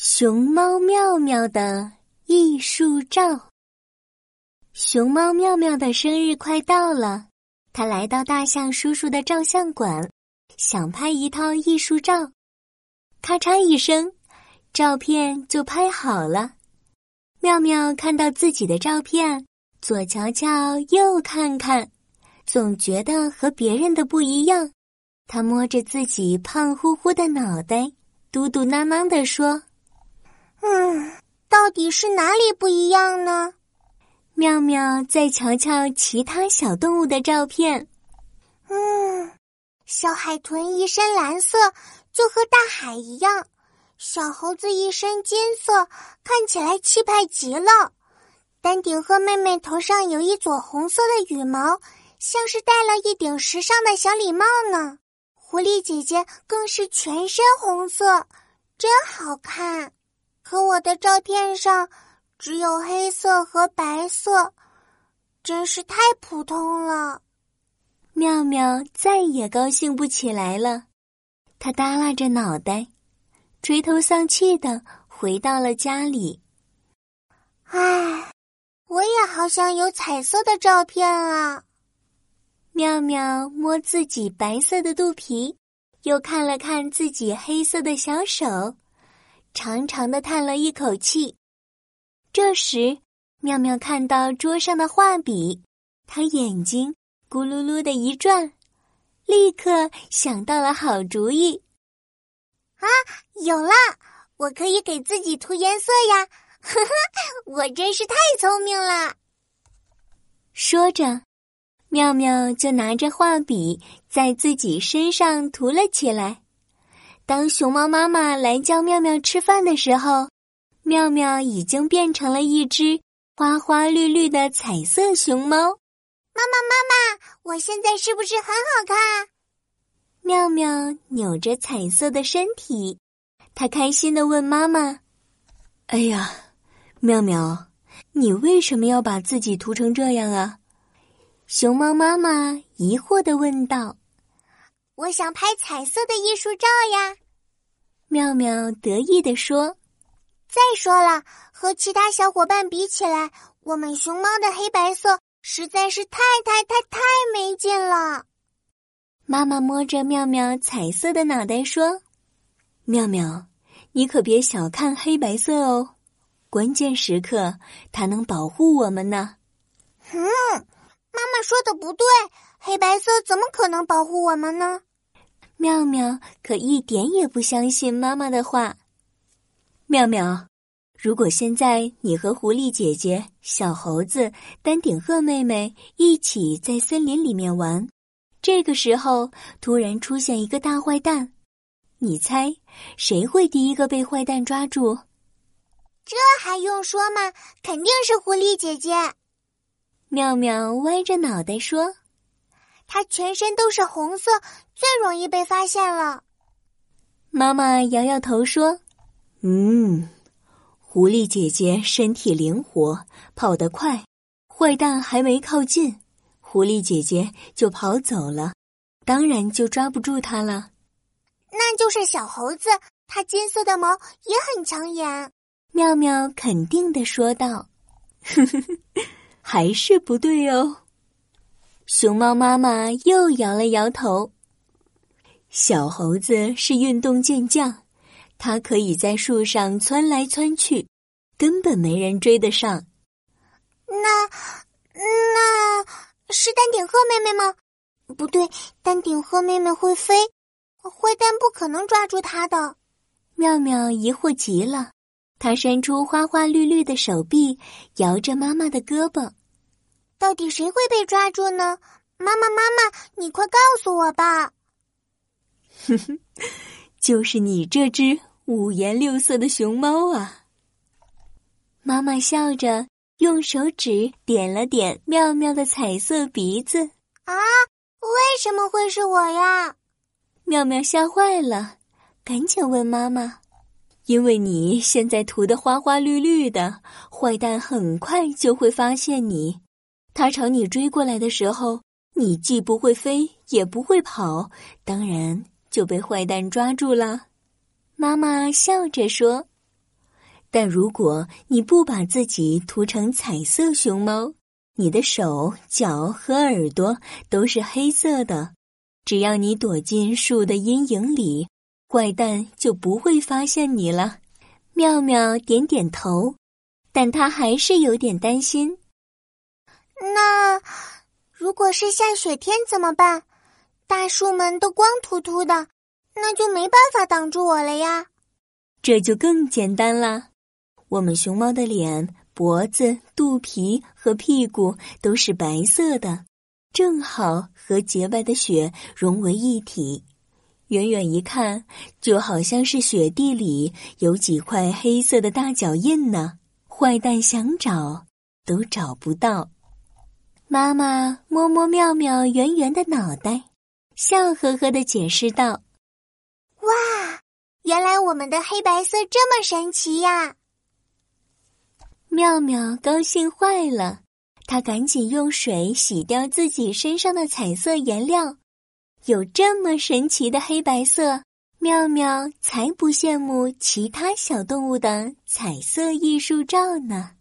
熊猫妙妙的艺术照。熊猫妙妙的生日快到了，他来到大象叔叔的照相馆，想拍一套艺术照。咔嚓一声，照片就拍好了。妙妙看到自己的照片，左瞧瞧右看看，总觉得和别人的不一样。他摸着自己胖乎乎的脑袋，嘟嘟囔囔地说： 到底是哪里不一样呢？ 妙妙再瞧瞧其他小动物的照片。 小海豚一身蓝色，就和大海一样；小猴子一身金色，看起来气派极了。丹顶鹤妹妹头上有一撮红色的羽毛，像是戴了一顶时尚的小礼帽呢。狐狸姐姐更是全身红色，真好看。可我的照片上只有黑色和白色，真是太普通了。 妙妙再也高兴不起来了，她耷拉着脑袋，垂头丧气地回到了家里。 我也好想有彩色的照片啊。 妙妙摸自己白色的肚皮，又看了看自己黑色的小手，长长的叹了一口气。这时，妙妙看到桌上的画笔，她眼睛咕噜噜的一转，立刻想到了好主意。 有了，我可以给自己涂颜色呀！我真是太聪明了。 说着，妙妙就拿着画笔在自己身上涂了起来。当熊猫妈妈来叫妙妙吃饭的时候，妙妙已经变成了一只花花绿绿的彩色熊猫。 妈妈，我现在是不是很好看？ 妙妙扭着彩色的身体，她开心地问妈妈：哎呀，妙妙，你为什么要把自己涂成这样啊？熊猫妈妈疑惑地问道。 我想拍彩色的艺术照呀。 妙妙得意地说。 再说了，和其他小伙伴比起来，我们熊猫的黑白色实在是太没劲了。 妈妈摸着妙妙彩色的脑袋说：妙妙，你可别小看黑白色哦，关键时刻它能保护我们呢。 妈妈说的不对，黑白色怎么可能保护我们呢？ 妙妙可一点也不相信妈妈的话。妙妙，如果现在你和狐狸姐姐、小猴子、丹顶鹤妹妹一起在森林里面玩，这个时候突然出现一个大坏蛋，你猜谁会第一个被坏蛋抓住？ 这还用说吗？肯定是狐狸姐姐。 妙妙歪着脑袋说： 她全身都是红色，最容易被发现了。 妈妈摇摇头说：狐狸姐姐身体灵活，跑得快，坏蛋还没靠近，狐狸姐姐就跑走了，当然就抓不住她了。 那就是小猴子，它金色的毛也很抢眼。 妙妙肯定地说道。还是不对哦。熊猫妈妈又摇了摇头。小猴子是运动健将，它可以在树上窜来窜去，根本没人追得上。 那是丹顶鹤妹妹吗？不对，丹顶鹤妹妹会飞，坏蛋不可能抓住她的。 妙妙疑惑极了，她伸出花花绿绿的手臂，摇着妈妈的胳膊。 到底谁会被抓住呢？妈妈，你快告诉我吧。 就是你这只五颜六色的熊猫啊。妈妈笑着用手指点了点妙妙的彩色鼻子。 为什么会是我呀？ 妙妙吓坏了，赶紧问妈妈：因为你现在涂得花花绿绿的，坏蛋很快就会发现你。他朝你追过来的时候，你既不会飞也不会跑，当然就被坏蛋抓住了。妈妈笑着说。 但如果你不把自己涂成彩色熊猫，你的手、脚和耳朵都是黑色的，只要你躲进树的阴影里，坏蛋就不会发现你了。妙妙点点头，但他还是有点担心。 那如果是下雪天怎么办？大树们都光秃秃的，那就没办法挡住我了呀。 这就更简单了。我们熊猫的脸、脖子、肚皮和屁股都是白色的，正好和洁白的雪融为一体。远远一看，就好像是雪地里有几块黑色的大脚印呢，坏蛋想找都找不到。妈妈摸摸妙妙圆圆的脑袋，笑呵呵地解释道： 哇，原来我们的黑白色这么神奇呀！ 妙妙高兴坏了，她赶紧用水洗掉自己身上的彩色颜料。有这么神奇的黑白色，妙妙才不羡慕其他小动物的彩色艺术照呢。